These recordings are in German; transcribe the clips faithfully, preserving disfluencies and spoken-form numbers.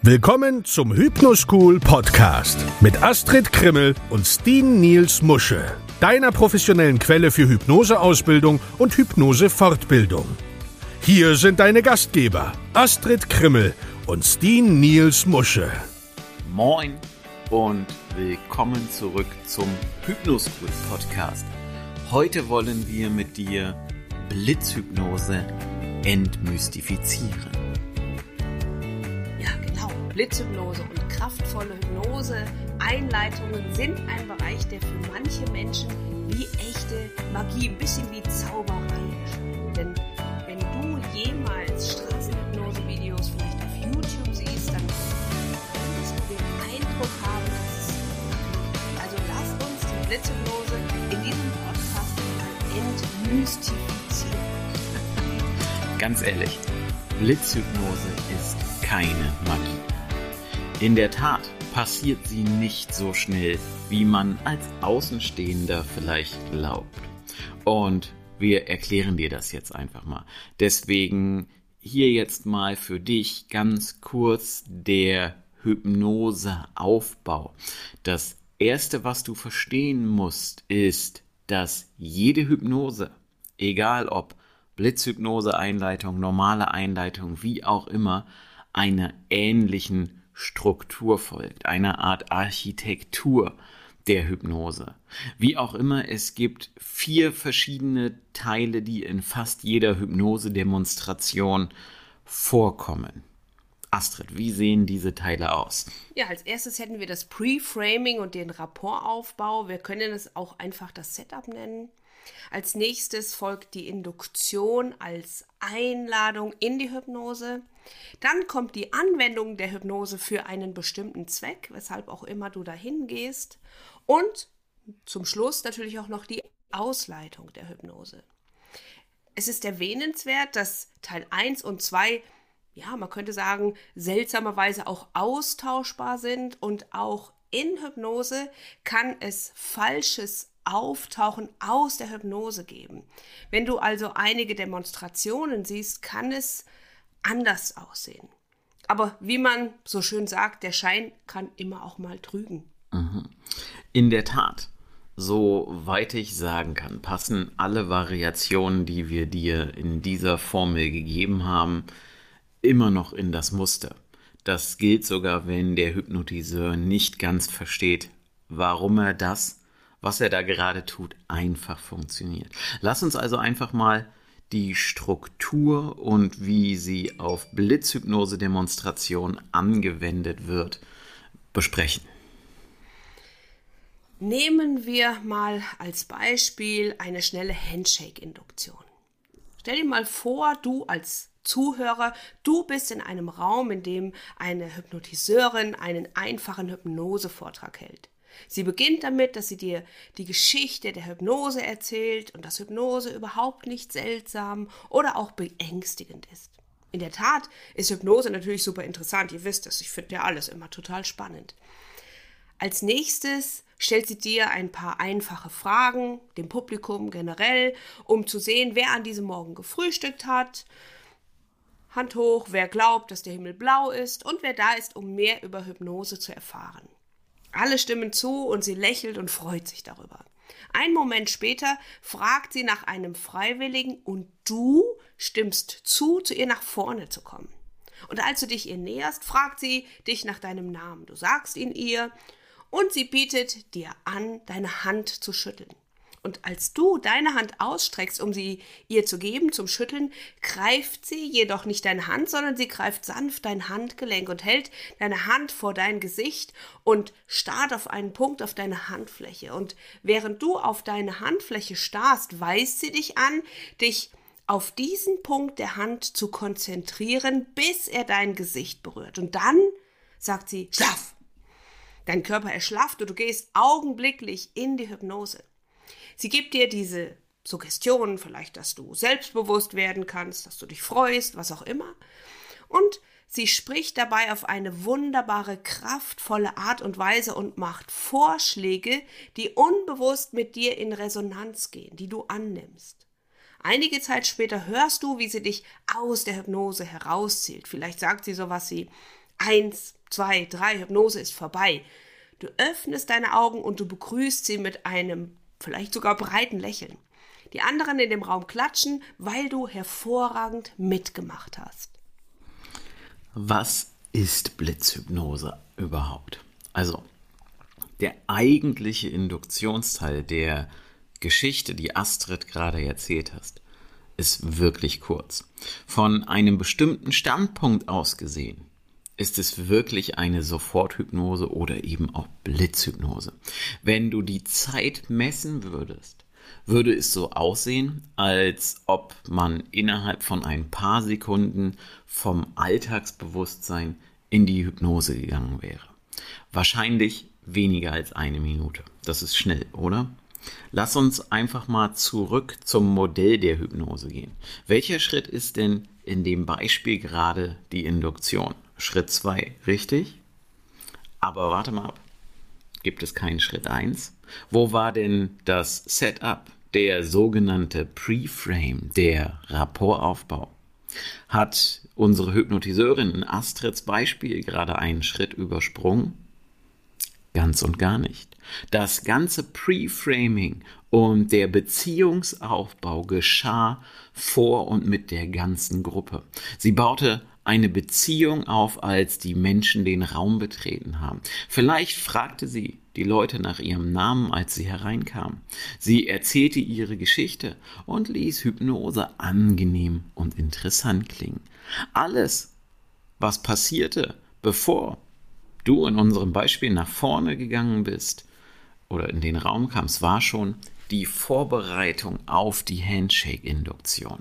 Willkommen zum Hypnoschool Podcast mit Astrid Krimmel und Steen Niels Musche, deiner professionellen Quelle für Hypnoseausbildung und Hypnosefortbildung. Hier sind deine Gastgeber Astrid Krimmel und Steen Niels Musche. Moin und willkommen zurück zum Hypnoschool Podcast. Heute wollen wir mit dir Blitzhypnose entmystifizieren. Ja, genau. Blitzhypnose und kraftvolle Hypnose, Einleitungen sind ein Bereich, der für manche Menschen wie echte Magie, ein bisschen wie Zauberei erscheint. Denn wenn du jemals Straßenhypnose-Videos vielleicht auf YouTube siehst, dann könntest du den Eindruck haben, dass es Magie. Also lass uns die Blitzhypnose in diesem Podcast mal entmystifizieren. Ganz ehrlich, Blitzhypnose ist keine Magie. In der Tat passiert sie nicht so schnell, wie man als Außenstehender vielleicht glaubt. Und wir erklären dir das jetzt einfach mal. Deswegen hier jetzt mal für dich ganz kurz der Hypnoseaufbau. Das Erste, was du verstehen musst, ist, dass jede Hypnose, egal ob Blitzhypnose, Einleitung, normale Einleitung, wie auch immer, einer ähnlichen Struktur folgt, einer Art Architektur der Hypnose. Wie auch immer, es gibt vier verschiedene Teile, die in fast jeder Hypnose-Demonstration vorkommen. Astrid, wie sehen diese Teile aus? Ja, als erstes hätten wir das Pre-Framing und den Rapportaufbau. Wir können es auch einfach das Setup nennen. Als nächstes folgt die Induktion als Einladung in die Hypnose. Dann kommt die Anwendung der Hypnose für einen bestimmten Zweck, weshalb auch immer du dahin gehst. Und zum Schluss natürlich auch noch die Ausleitung der Hypnose. Es ist erwähnenswert, dass Teil eins und zwei, ja, man könnte sagen, seltsamerweise auch austauschbar sind und auch in Hypnose kann es falsches Auftauchen aus der Hypnose geben. Wenn du also einige Demonstrationen siehst, kann es anders aussehen. Aber wie man so schön sagt, der Schein kann immer auch mal trügen. In der Tat, soweit ich sagen kann, passen alle Variationen, die wir dir in dieser Formel gegeben haben, immer noch in das Muster. Das gilt sogar, wenn der Hypnotiseur nicht ganz versteht, warum er das, was er da gerade tut, einfach funktioniert. Lass uns also einfach mal die Struktur und wie sie auf Blitzhypnose-Demonstration angewendet wird, besprechen. Nehmen wir mal als Beispiel eine schnelle Handshake-Induktion. Stell dir mal vor, du als Zuhörer, du bist in einem Raum, in dem eine Hypnotiseurin einen einfachen Hypnosevortrag hält. Sie beginnt damit, dass sie dir die Geschichte der Hypnose erzählt und dass Hypnose überhaupt nicht seltsam oder auch beängstigend ist. In der Tat ist Hypnose natürlich super interessant, ihr wisst es, ich finde ja alles immer total spannend. Als nächstes stellt sie dir ein paar einfache Fragen, dem Publikum generell, um zu sehen, wer an diesem Morgen gefrühstückt hat. Hand hoch, wer glaubt, dass der Himmel blau ist und wer da ist, um mehr über Hypnose zu erfahren. Alle stimmen zu und sie lächelt und freut sich darüber. Einen Moment später fragt sie nach einem Freiwilligen und du stimmst zu, zu ihr nach vorne zu kommen. Und als du dich ihr näherst, fragt sie dich nach deinem Namen. Du sagst ihn ihr und sie bietet dir an, deine Hand zu schütteln. Und als du deine Hand ausstreckst, um sie ihr zu geben, zum Schütteln, greift sie jedoch nicht deine Hand, sondern sie greift sanft dein Handgelenk und hält deine Hand vor dein Gesicht und starrt auf einen Punkt auf deine Handfläche. Und während du auf deine Handfläche starrst, weist sie dich an, dich auf diesen Punkt der Hand zu konzentrieren, bis er dein Gesicht berührt. Und dann sagt sie, schlaf! Dein Körper erschlafft und du gehst augenblicklich in die Hypnose. Sie gibt dir diese Suggestionen, vielleicht, dass du selbstbewusst werden kannst, dass du dich freust, was auch immer. Und sie spricht dabei auf eine wunderbare, kraftvolle Art und Weise und macht Vorschläge, die unbewusst mit dir in Resonanz gehen, die du annimmst. Einige Zeit später hörst du, wie sie dich aus der Hypnose herauszieht. Vielleicht sagt sie sowas wie, Eins, zwei, drei, Hypnose ist vorbei. Du öffnest deine Augen und du begrüßt sie mit einem vielleicht sogar breiten Lächeln. Die anderen in dem Raum klatschen, weil du hervorragend mitgemacht hast. Was ist Blitzhypnose überhaupt? Also, der eigentliche Induktionsteil der Geschichte, die Astrid gerade erzählt hast, ist wirklich kurz. Von einem bestimmten Standpunkt aus gesehen ist es wirklich eine Soforthypnose oder eben auch Blitzhypnose. Wenn du die Zeit messen würdest, würde es so aussehen, als ob man innerhalb von ein paar Sekunden vom Alltagsbewusstsein in die Hypnose gegangen wäre. Wahrscheinlich weniger als eine Minute. Das ist schnell, oder? Lass uns einfach mal zurück zum Modell der Hypnose gehen. Welcher Schritt ist denn in dem Beispiel gerade die Induktion? Schritt zwei, richtig? Aber warte mal ab. Gibt es keinen Schritt eins? Wo war denn das Setup, der sogenannte Pre-Frame, der Rapportaufbau? Hat unsere Hypnotiseurin in Astrids Beispiel gerade einen Schritt übersprungen? Ganz und gar nicht. Das ganze Pre-Framing und der Beziehungsaufbau geschah vor und mit der ganzen Gruppe. Sie baute eine Beziehung auf, als die Menschen den Raum betreten haben. Vielleicht fragte sie die Leute nach ihrem Namen, als sie hereinkamen. Sie erzählte ihre Geschichte und ließ Hypnose angenehm und interessant klingen. Alles, was passierte, bevor du in unserem Beispiel nach vorne gegangen bist oder in den Raum kamst, war schon die Vorbereitung auf die Handshake-Induktion.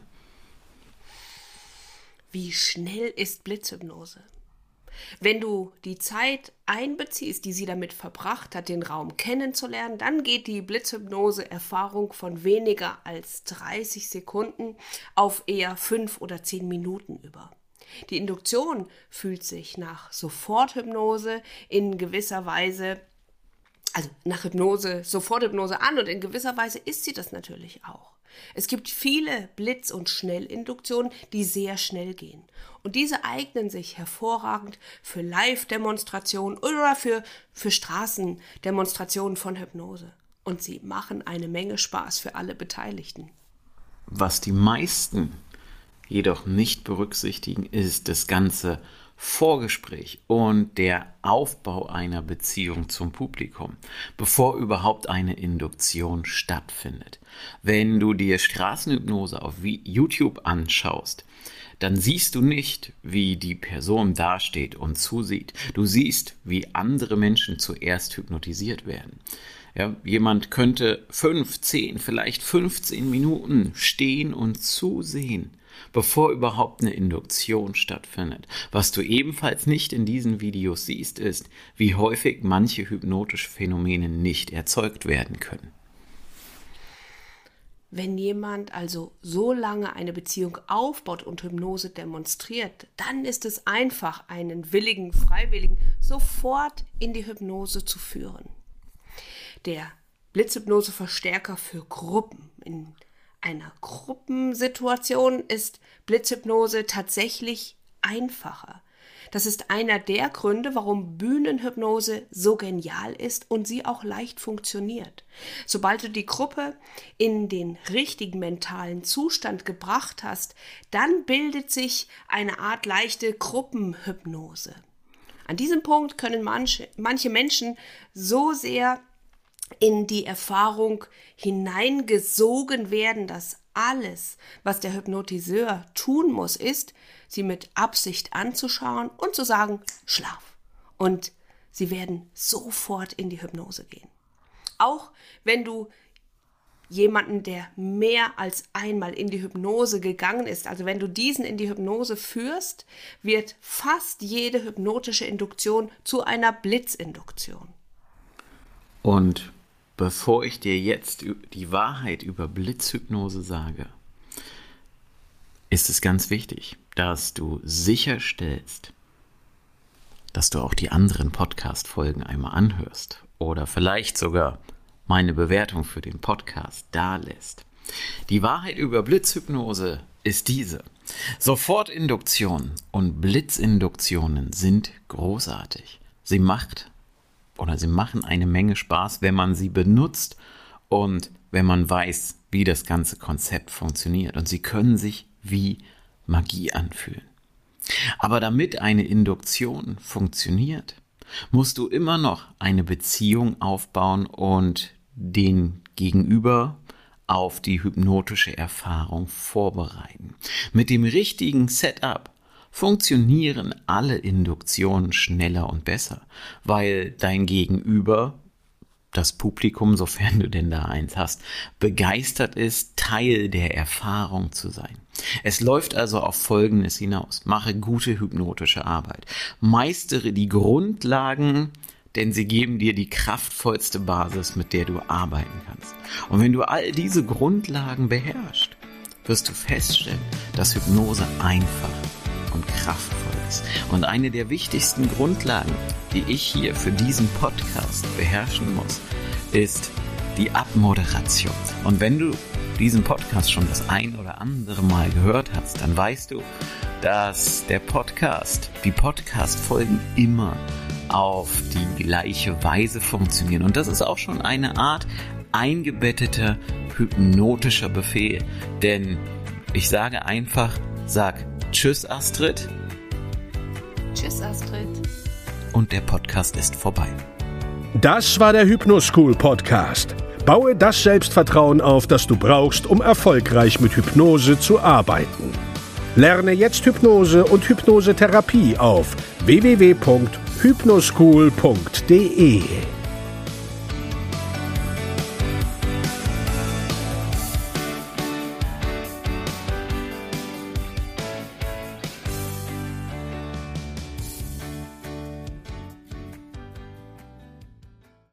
Wie schnell ist Blitzhypnose? Wenn du die Zeit einbeziehst, die sie damit verbracht hat, den Raum kennenzulernen, dann geht die Blitzhypnose-Erfahrung von weniger als dreißig Sekunden auf eher fünf oder zehn Minuten über. Die Induktion fühlt sich nach Soforthypnose in gewisser Weise, also nach Hypnose, Soforthypnose an und in gewisser Weise ist sie das natürlich auch. Es gibt viele Blitz- und Schnellinduktionen, die sehr schnell gehen. Und diese eignen sich hervorragend für Live-Demonstrationen oder für, für Straßendemonstrationen von Hypnose. Und sie machen eine Menge Spaß für alle Beteiligten. Was die meisten jedoch nicht berücksichtigen, ist das ganze Vorgespräch und der Aufbau einer Beziehung zum Publikum, bevor überhaupt eine Induktion stattfindet. Wenn du dir Straßenhypnose auf YouTube anschaust, dann siehst du nicht, wie die Person dasteht und zusieht. Du siehst, wie andere Menschen zuerst hypnotisiert werden. Ja, jemand könnte fünf, zehn, vielleicht fünfzehn Minuten stehen und zusehen, bevor überhaupt eine Induktion stattfindet. Was du ebenfalls nicht in diesen Videos siehst, ist, wie häufig manche hypnotische Phänomene nicht erzeugt werden können. Wenn jemand also so lange eine Beziehung aufbaut und Hypnose demonstriert, dann ist es einfach, einen willigen, freiwilligen sofort in die Hypnose zu führen. Der Blitzhypnose-Verstärker für Gruppen. In einer Gruppensituation ist Blitzhypnose tatsächlich einfacher. Das ist einer der Gründe, warum Bühnenhypnose so genial ist und sie auch leicht funktioniert. Sobald du die Gruppe in den richtigen mentalen Zustand gebracht hast, dann bildet sich eine Art leichte Gruppenhypnose. An diesem Punkt können manche, manche Menschen so sehr in die Erfahrung hineingesogen werden, dass alles, was der Hypnotiseur tun muss, ist, sie mit Absicht anzuschauen und zu sagen, schlaf. Und sie werden sofort in die Hypnose gehen. Auch wenn du jemanden, der mehr als einmal in die Hypnose gegangen ist, also wenn du diesen in die Hypnose führst, wird fast jede hypnotische Induktion zu einer Blitzinduktion. Und bevor ich dir jetzt die Wahrheit über Blitzhypnose sage, ist es ganz wichtig, dass du sicherstellst, dass du auch die anderen Podcast-Folgen einmal anhörst oder vielleicht sogar meine Bewertung für den Podcast dalässt. Die Wahrheit über Blitzhypnose ist diese. Sofortinduktionen und Blitzinduktionen sind großartig. Sie macht oder sie machen eine Menge Spaß, wenn man sie benutzt und wenn man weiß, wie das ganze Konzept funktioniert. Und sie können sich wie Magie anfühlen. Aber damit eine Induktion funktioniert, musst du immer noch eine Beziehung aufbauen und den Gegenüber auf die hypnotische Erfahrung vorbereiten. Mit dem richtigen Setup funktionieren alle Induktionen schneller und besser, weil dein Gegenüber, das Publikum, sofern du denn da eins hast, begeistert ist, Teil der Erfahrung zu sein. Es läuft also auf Folgendes hinaus. Mache gute hypnotische Arbeit. Meistere die Grundlagen, denn sie geben dir die kraftvollste Basis, mit der du arbeiten kannst. Und wenn du all diese Grundlagen beherrschst, wirst du feststellen, dass Hypnose einfach und kraftvoll ist. Und eine der wichtigsten Grundlagen, die ich hier für diesen Podcast beherrschen muss, ist die Abmoderation. Und wenn du diesen Podcast schon das ein oder andere Mal gehört hast, dann weißt du, dass der Podcast, die Podcast-Folgen immer auf die gleiche Weise funktionieren. Und das ist auch schon eine Art eingebetteter hypnotischer Befehl. Denn ich sage einfach, sag Tschüss Astrid. Tschüss Astrid. Und der Podcast ist vorbei. Das war der Hypnoschool Podcast. Baue das Selbstvertrauen auf, das du brauchst, um erfolgreich mit Hypnose zu arbeiten. Lerne jetzt Hypnose und Hypnosetherapie auf w w w punkt hypnoschool punkt d e.